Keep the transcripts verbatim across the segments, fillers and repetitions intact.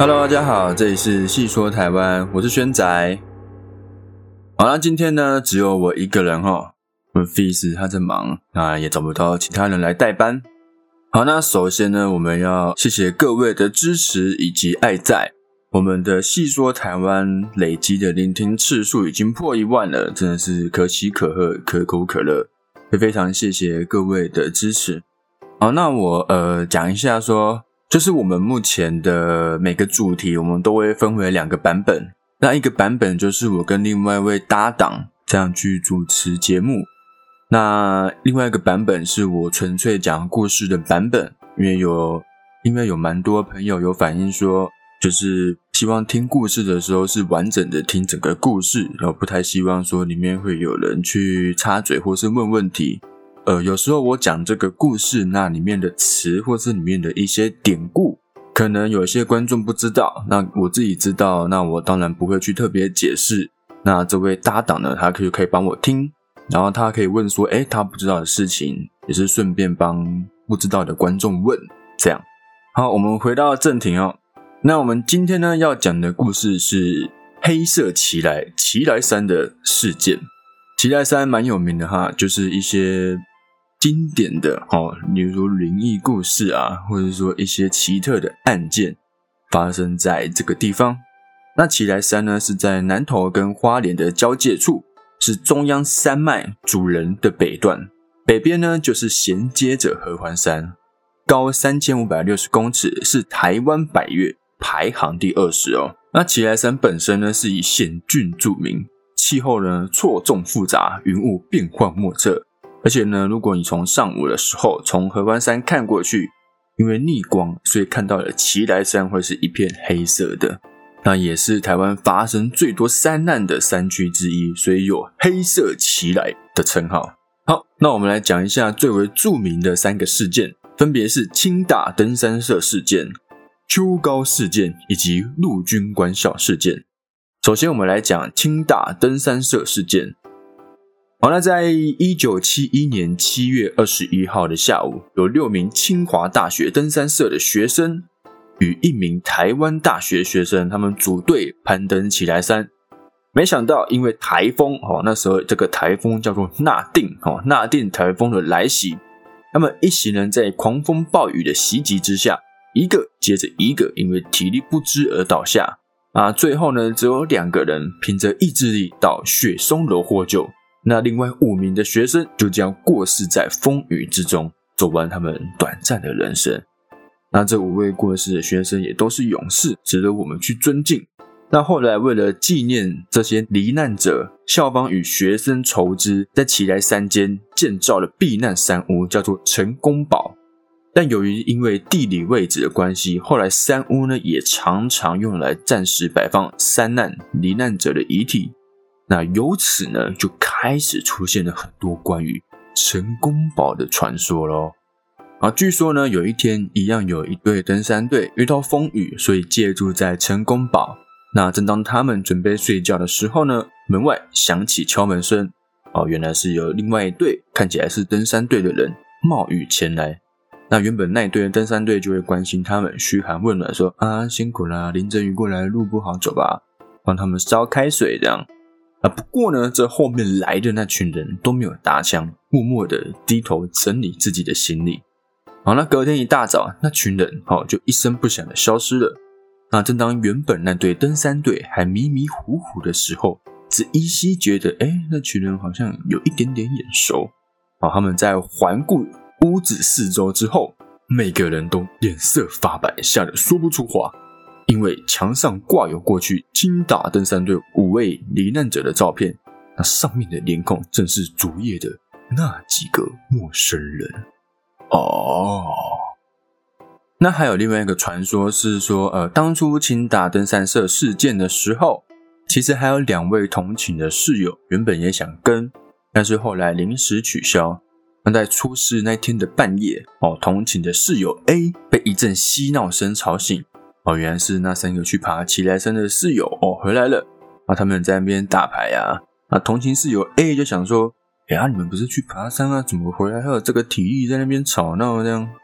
Hello， 大家好，这里是细说台湾，我是轩仔。好，那今天呢，只有我一个人齁，我 Fizz 他在忙，那也找不到其他人来代班。好，那首先呢，我们要谢谢各位的支持以及爱在。我们的细说台湾累积的聆听次数已经破一万了，真的是可喜可贺，可口可乐，也非常谢谢各位的支持。好，那我呃讲一下说，就是我们目前的每个主题，我们都会分为两个版本。那一个版本就是我跟另外一位搭档这样去主持节目，那另外一个版本是我纯粹讲故事的版本，因为有因为有蛮多朋友有反映说，就是希望听故事的时候是完整的听整个故事，然后不太希望说里面会有人去插嘴或是问问题。呃，有时候我讲这个故事，那里面的词或是里面的一些典故，可能有一些观众不知道，那我自己知道，那我当然不会去特别解释。那这位搭档呢，他可以可以帮我听，然后他可以问说，诶，他不知道的事情，也是顺便帮不知道的观众问，这样。好，我们回到正题哦。那我们今天呢要讲的故事是黑色奇莱奇莱山的事件。奇莱山蛮有名的哈，就是一些经典的齁，比如说灵异故事啊，或者说一些奇特的案件发生在这个地方。那奇莱山呢是在南投跟花莲的交界处，是中央山脉主人的北段，北边呢就是衔接着合欢山，高三千五百六十公尺，是台湾百岳排行第二十哦。那奇莱山本身呢是以险峻著名，气候呢错综复杂，云雾变幻莫测。而且呢，如果你从上午的时候从合欢山看过去，因为逆光，所以看到的奇莱山会是一片黑色的。那也是台湾发生最多山难的山区之一，所以有黑色奇莱的称号。好，那我们来讲一下最为著名的三个事件，分别是清大登山社事件、秋高事件以及陆军官校事件。首先我们来讲清大登山社事件。好，那在一九七一年七月二十一号的下午，有六名清华大学登山社的学生与一名台湾大学学生，他们组队攀登奇莱山。没想到因为台风，哦，那时候这个台风叫做纳定，哦，纳定台风的来袭，他们一行人在狂风暴雨的袭击之下，一个接着一个因为体力不支而倒下。啊，最后呢，只有两个人凭着意志力到雪松楼获救。那另外五名的学生就这样过世在风雨之中，走完他们短暂的人生。那这五位过世的学生也都是勇士，值得我们去尊敬。那后来为了纪念这些罹难者，校方与学生筹资，在奇莱山间建造了避难山屋，叫做成功堡。但由于因为地理位置的关系，后来山屋呢也常常用来暂时摆放山难罹难者的遗体。那由此呢，就开始出现了很多关于成功堡的传说咯。啊，据说呢，有一天一样有一队登山队遇到风雨，所以借住在成功堡。那正当他们准备睡觉的时候呢，门外响起敲门声。哦，原来是有另外一队看起来是登山队的人冒雨前来。那原本那一队的登山队就会关心他们，嘘寒问暖说：“啊，辛苦啦，淋着雨过来，路不好走吧？”帮他们烧开水这样。啊，不过呢，这后面来的那群人都没有搭腔，默默的低头整理自己的行李。好，那隔天一大早，那群人好就一声不响的消失了。那正当原本那队登山队还迷迷糊糊的时候，只依稀觉得，诶，那群人好像有一点点眼熟。好，他们在环顾屋子四周之后，每个人都脸色发白，吓得说不出话。因为墙上挂有过去清大登山队五位罹难者的照片，那上面的脸孔正是主页的那几个陌生人。哦，那还有另外一个传说是说，呃，当初清大登山社事件的时候，其实还有两位同寝的室友原本也想跟，但是后来临时取消。那在出事那天的半夜，哦，同寝的室友 A 被一阵嬉闹声吵醒。哦，原来是那三个去爬奇莱山的室友哦回来了。啊，他们在那边打牌啊。那同寝室友 A 就想说，哎呀，你们不是去爬山啊，怎么回来还有这个体力在那边吵闹这样？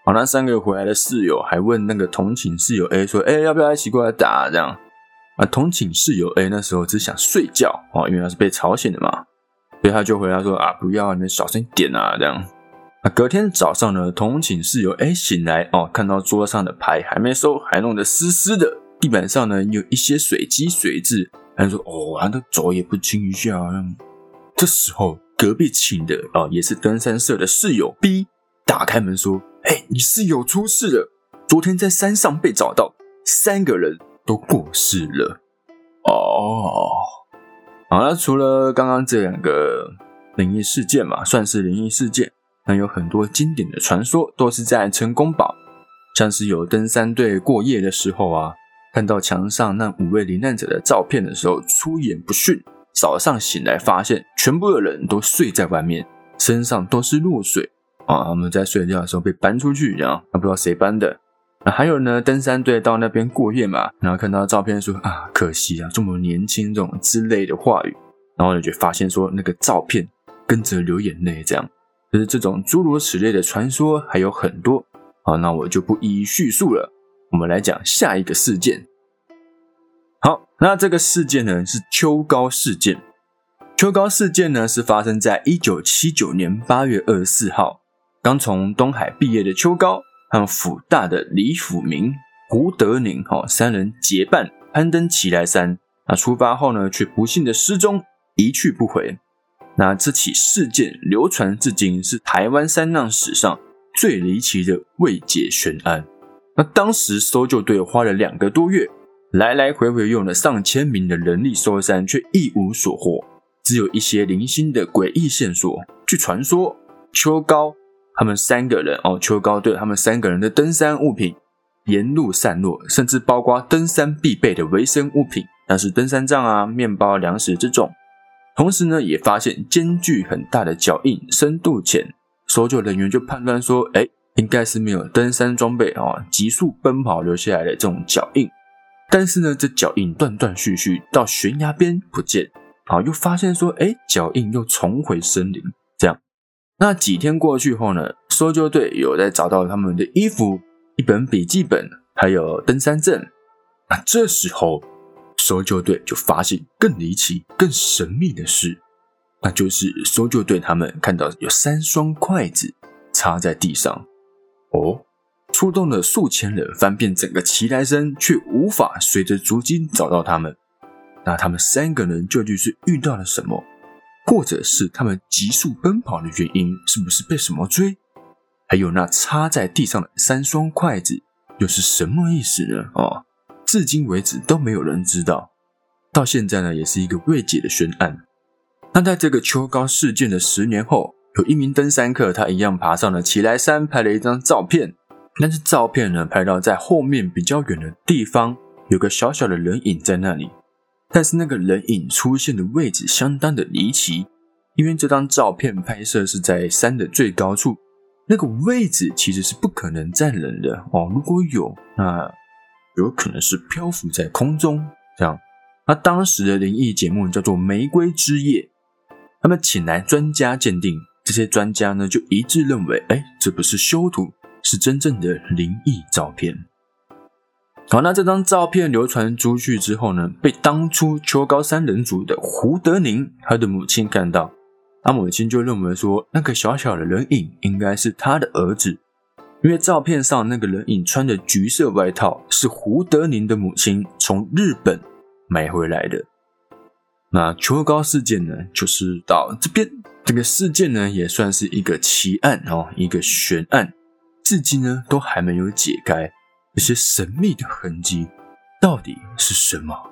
好，那三个回来的室友还问那个同寝室友 A 说：“哎、欸，要不要一起过来打？”这样啊，同寝室友 A 那时候只想睡觉哦，因为他是被吵醒的嘛，所以他就回答说：“啊，不要，你们小声一点啊。”这样啊，隔天早上呢，同寝室友 A 醒来哦，看到桌上的牌还没收，还弄得湿湿的，地板上呢有一些水积水渍，他就说：“哦，他的手也不清一下。”这时候隔壁寝的哦，也是登山社的室友 B 打开门说：“哎、欸，你室友出事了，昨天在山上被找到，三个人都过世了。”哦，好，那除了刚刚这两个灵异事件嘛，算是灵异事件，那有很多经典的传说都是在成功堡，像是有登山队过夜的时候啊，看到墙上那五位罹难者的照片的时候出言不逊，早上醒来发现全部的人都睡在外面，身上都是落水啊，他们在睡觉的时候被搬出去，然后不知道谁搬的。那还有呢，登山队到那边过夜嘛，然后看到照片说啊，可惜啊，这么年轻这种之类的话语，然后呢就发现说那个照片跟着流眼泪，这样就是这种诸如此类的传说还有很多。好，那我就不一一叙述了，我们来讲下一个事件。好，那这个事件呢是秋高事件。秋高事件呢是发生在一九七九年八月二十四号，刚从东海毕业的秋高和辅大的李辅明、胡德宁、哦、三人结伴攀登奇莱山。那出发后呢，却不幸的失踪，一去不回。那这起事件流传至今，是台湾山难史上最离奇的未解悬案。那当时搜救队花了两个多月，来来回回用了上千名的人力搜山，却一无所获，只有一些零星的诡异线索。据传说，秋高他们三个人哦，秋高队他们三个人的登山物品沿路散落，甚至包括登山必备的维生物品，像是登山杖啊、面包、粮食这种。同时呢，也发现间距很大的脚印，深度浅，搜救人员就判断说，哎，应该是没有登山装备哦，急速奔跑留下来的这种脚印。但是呢，这脚印断断续续到悬崖边不见，好，又发现说，哎，脚印又重回森林，这样。那几天过去后呢，搜救队有在找到他们的衣服、一本笔记本，还有登山证。那这时候，搜救队就发现更离奇、更神秘的事，那就是搜救队他们看到有三双筷子插在地上。哦，出动了数千人翻遍整个奇莱山，却无法随着足迹找到他们。那他们三个人究竟是遇到了什么？或者是他们急速奔跑的原因是不是被什么追？还有那插在地上的三双筷子又是什么意思呢？哦，至今为止都没有人知道，到现在呢也是一个未解的悬案。那在这个秋高事件的十年后，有一名登山客他一样爬上了奇莱山，拍了一张照片。但是照片呢拍到在后面比较远的地方有个小小的人影在那里，但是那个人影出现的位置相当的离奇，因为这张照片拍摄是在山的最高处，那个位置其实是不可能站人的哦，如果有，那有可能是漂浮在空中这样。那当时的灵异节目叫做《玫瑰之夜》，他们请来专家鉴定，这些专家呢就一致认为，哎，这不是修图，是真正的灵异照片。好，那这张照片流传出去之后呢，被当初秋高三人组的胡德宁他的母亲看到，他母亲就认为说，那个小小的人影应该是他的儿子，因为照片上那个人影穿的橘色外套是胡德宁的母亲从日本买回来的。那秋高事件呢，就是到这边，这个事件呢也算是一个奇案哦，一个悬案，至今呢都还没有解开。这些神秘的痕迹到底是什么？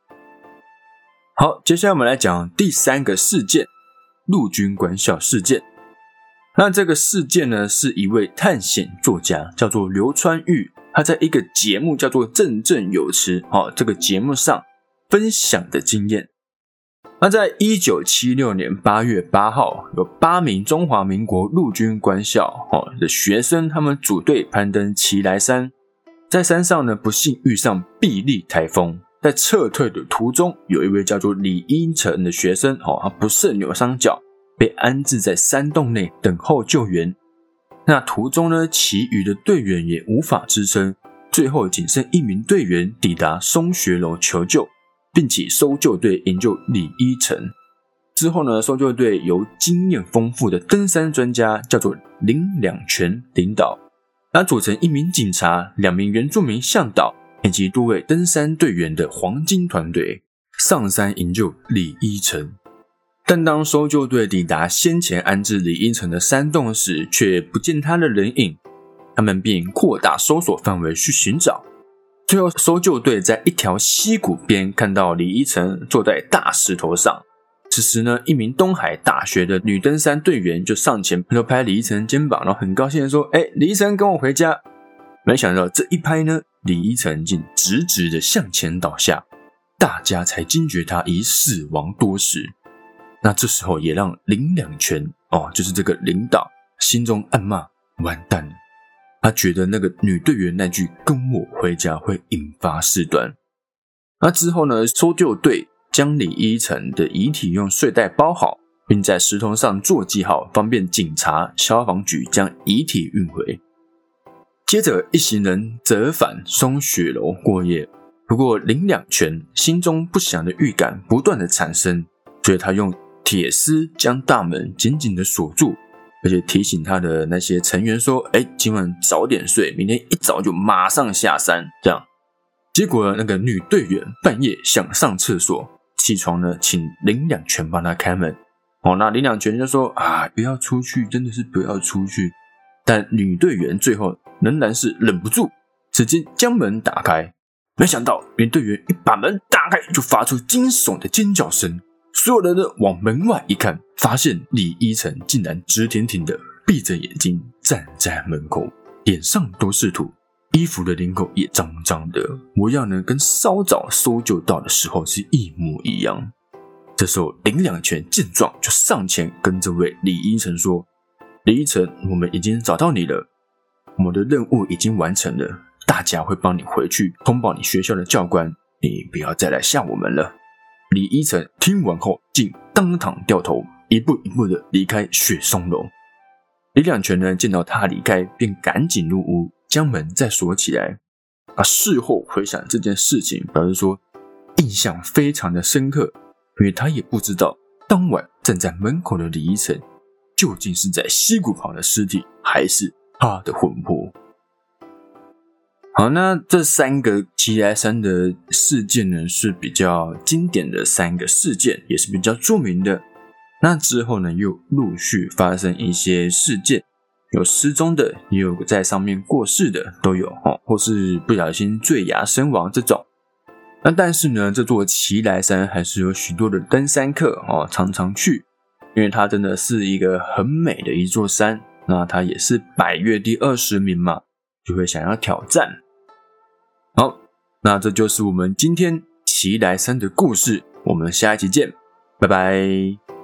好，接下来我们来讲第三个事件，陆军官校事件。那这个事件呢，是一位探险作家叫做刘川玉，他在一个节目叫做《振振有词》哦，这个节目上分享的经验。那在一九七六年八月八号，有八名中华民国陆军官校哦的学生，他们组队攀登奇莱山。在山上呢，不幸遇上碧丽台风，在撤退的途中，有一位叫做李英成的学生，哦，他不慎扭伤脚，被安置在山洞内等候救援。 那途中呢，其余的队员也无法支撑，最后仅剩一名队员抵达松学楼求救，并且搜救队营救李依晨。之后呢，搜救队由经验丰富的登山专家叫做林两全领导，他组成一名警察、两名原住民向导以及多位登山队员的黄金团队上山营救李依晨。但当搜救队抵达先前安置李依晨的山洞时，却不见他的人影，他们便扩大搜索范围去寻找。最后，搜救队在一条溪谷边看到李依晨坐在大石头上。此时呢，一名东海大学的女登山队员就上前拍拍李依晨肩膀，然后很高兴的说：“哎、欸，李依晨，跟我回家。”没想到这一拍呢，李依晨竟直直的向前倒下，大家才惊觉他已死亡多时。那这时候也让林两全哦，就是这个领导心中暗骂：完蛋了！他觉得那个女队员那句跟我回家会引发事端。那之后呢，搜救队将李依晨的遗体用睡袋包好，并在石头上做记号，方便警察、消防局将遗体运回。接着一行人折返松雪楼过夜。不过林两全心中不祥的预感不断的产生，所以他用铁丝将大门紧紧的锁住，而且提醒他的那些成员说：“哎，今晚早点睡，明天一早就马上下山。”这样，结果那个女队员半夜想上厕所，起床呢，请林两全帮他开门。哦，那林两全就说：“啊，不要出去，真的是不要出去。”但女队员最后仍然是忍不住，使劲将门打开。没想到女队员一把门打开，就发出惊悚的尖叫声。所有人呢往门外一看，发现李依晨竟然直挺挺的闭着眼睛站在门口，脸上都是土，衣服的领口也脏脏的，模样呢跟稍早搜救到的时候是一模一样。这时候林两全见状就上前跟这位李依晨说：“李依晨，我们已经找到你了，我们的任务已经完成了，大家会帮你回去通报你学校的教官，你不要再来吓我们了。”李依晨听完后竟当场掉头，一步一步的离开雪松楼。李两全呢见到他离开，便赶紧入屋将门再锁起来。啊，事后回想这件事情，表示说印象非常的深刻，因为他也不知道当晚站在门口的李依晨究竟是在溪谷旁的尸体，还是他的魂魄。好，那这三个奇来山的事件呢，是比较经典的三个事件，也是比较著名的。那之后呢，又陆续发生一些事件，有失踪的，也有在上面过世的，都有哦，或是不小心坠崖身亡这种。那但是呢，这座奇来山还是有许多的登山客哦，常常去，因为它真的是一个很美的一座山。那它也是百岳第二十名嘛，就会想要挑战。好，那这就是我们今天奇来山的故事，我们下一集见，拜拜。